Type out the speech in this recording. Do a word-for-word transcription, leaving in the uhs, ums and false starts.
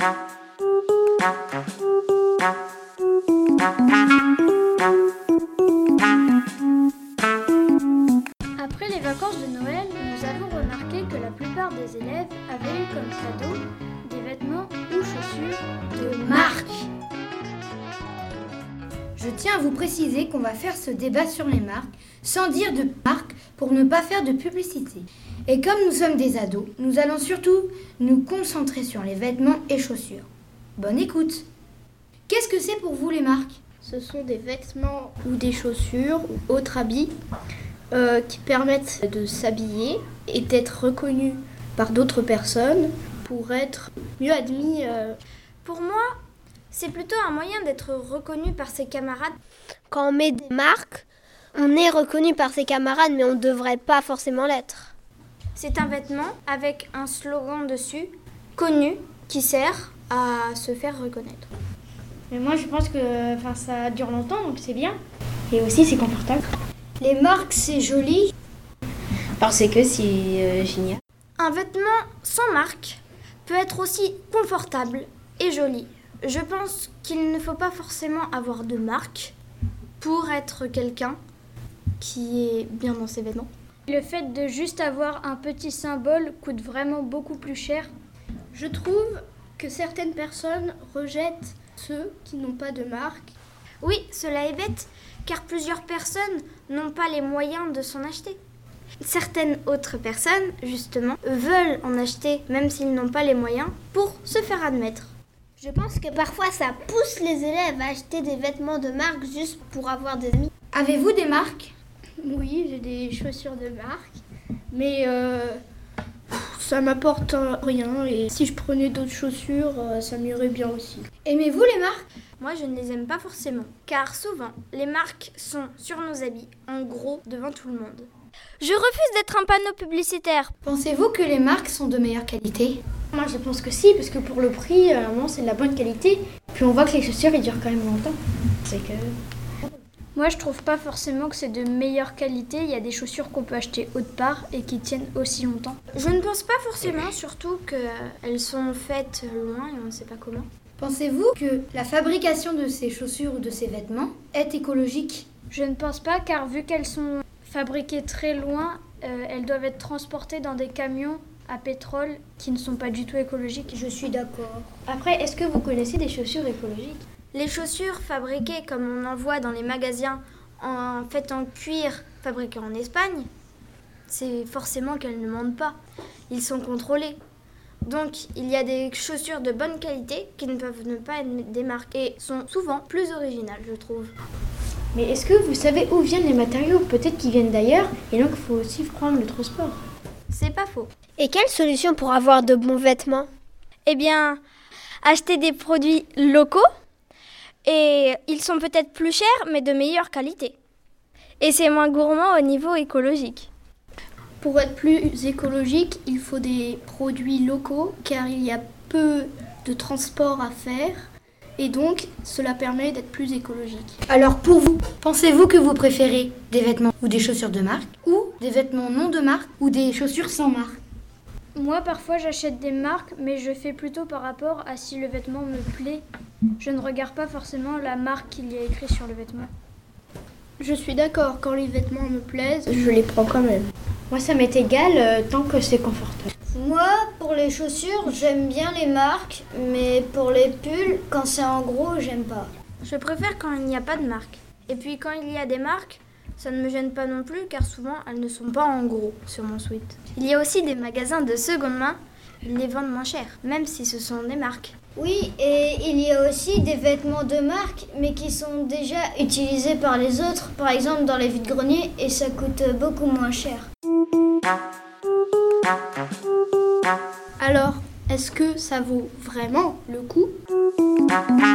Après les vacances de Noël, nous avons remarqué que la plupart des élèves avaient eu comme cadeau des vêtements ou chaussures de marque. Je tiens à vous préciser qu'on va faire ce débat sur les marques sans dire de marque pour ne pas faire de publicité. Et comme nous sommes des ados, nous allons surtout nous concentrer sur les vêtements et chaussures. Bonne écoute. Qu'est-ce que c'est pour vous les marques ? Ce sont des vêtements ou des chaussures ou autres habits euh, qui permettent de s'habiller et d'être reconnus par d'autres personnes pour être mieux admis. Euh. Pour moi, c'est plutôt un moyen d'être reconnu par ses camarades. Quand on met des marques, on est reconnu par ses camarades, mais on ne devrait pas forcément l'être. C'est un vêtement avec un slogan dessus, connu, qui sert à se faire reconnaître. Mais moi je pense que enfin, ça dure longtemps, donc c'est bien. Et aussi c'est confortable. Les marques, c'est joli. Parce que c'est euh, génial. Un vêtement sans marque peut être aussi confortable et joli. Je pense qu'il ne faut pas forcément avoir de marque pour être quelqu'un qui est bien dans ses vêtements. Le fait de juste avoir un petit symbole coûte vraiment beaucoup plus cher. Je trouve que certaines personnes rejettent ceux qui n'ont pas de marque. Oui, cela est bête, car plusieurs personnes n'ont pas les moyens de s'en acheter. Certaines autres personnes, justement, veulent en acheter même s'ils n'ont pas les moyens pour se faire admettre. Je pense que parfois ça pousse les élèves à acheter des vêtements de marque juste pour avoir des amis. Avez-vous des marques ? Oui, j'ai des chaussures de marque, mais euh, ça m'apporte rien et si je prenais d'autres chaussures, ça m'irait bien aussi. Aimez-vous les marques ? Moi, je ne les aime pas forcément, car souvent, les marques sont sur nos habits, en gros, devant tout le monde. Je refuse d'être un panneau publicitaire. Pensez-vous que les marques sont de meilleure qualité ? Moi je pense que si, parce que pour le prix, à un moment c'est de la bonne qualité. Puis on voit que les chaussures ils durent quand même longtemps. C'est que... Moi je trouve pas forcément que c'est de meilleure qualité. Il y a des chaussures qu'on peut acheter autre part et qui tiennent aussi longtemps. Je ne pense pas forcément, surtout qu'elles sont faites loin et on ne sait pas comment. Pensez-vous que la fabrication de ces chaussures ou de ces vêtements est écologique ? Je ne pense pas, car vu qu'elles sont fabriquées très loin, euh, elles doivent être transportées dans des camions à pétrole qui ne sont pas du tout écologiques. Je suis d'accord. Après, est-ce que vous connaissez des chaussures écologiques ? Les chaussures fabriquées comme on en voit dans les magasins, en faites en cuir, fabriquées en Espagne, c'est forcément qu'elles ne mentent pas. Ils sont contrôlés. Donc, il y a des chaussures de bonne qualité qui ne peuvent ne pas être des marques et sont souvent plus originales, je trouve. Mais est-ce que vous savez où viennent les matériaux ? Peut-être qu'ils viennent d'ailleurs, et donc il faut aussi prendre le transport. C'est pas faux. Et quelle solution pour avoir de bons vêtements ? Eh bien, acheter des produits locaux, et ils sont peut-être plus chers, mais de meilleure qualité. Et c'est moins gourmand au niveau écologique. Pour être plus écologique, il faut des produits locaux, car il y a peu de transport à faire, et donc cela permet d'être plus écologique. Alors pour vous, pensez-vous que vous préférez des vêtements ou des chaussures de marque, ou des vêtements non de marque, ou des chaussures sans marque ? Moi, parfois, j'achète des marques, mais je fais plutôt par rapport à si le vêtement me plaît. Je ne regarde pas forcément la marque qu'il y a écrit sur le vêtement. Je suis d'accord, quand les vêtements me plaisent, je les prends quand même. Moi, ça m'est égal euh, tant que c'est confortable. Moi, pour les chaussures, j'aime bien les marques, mais pour les pulls, quand c'est en gros, j'aime pas. Je préfère quand il n'y a pas de marque. Et puis quand il y a des marques, ça ne me gêne pas non plus, car souvent, elles ne sont pas en gros sur mon sweat. Il y a aussi des magasins de seconde main, ils les vendent moins cher, même si ce sont des marques. Oui, et il y a aussi des vêtements de marque, mais qui sont déjà utilisés par les autres, par exemple dans les vides-greniers, et ça coûte beaucoup moins cher. Alors, est-ce que ça vaut vraiment le coup ?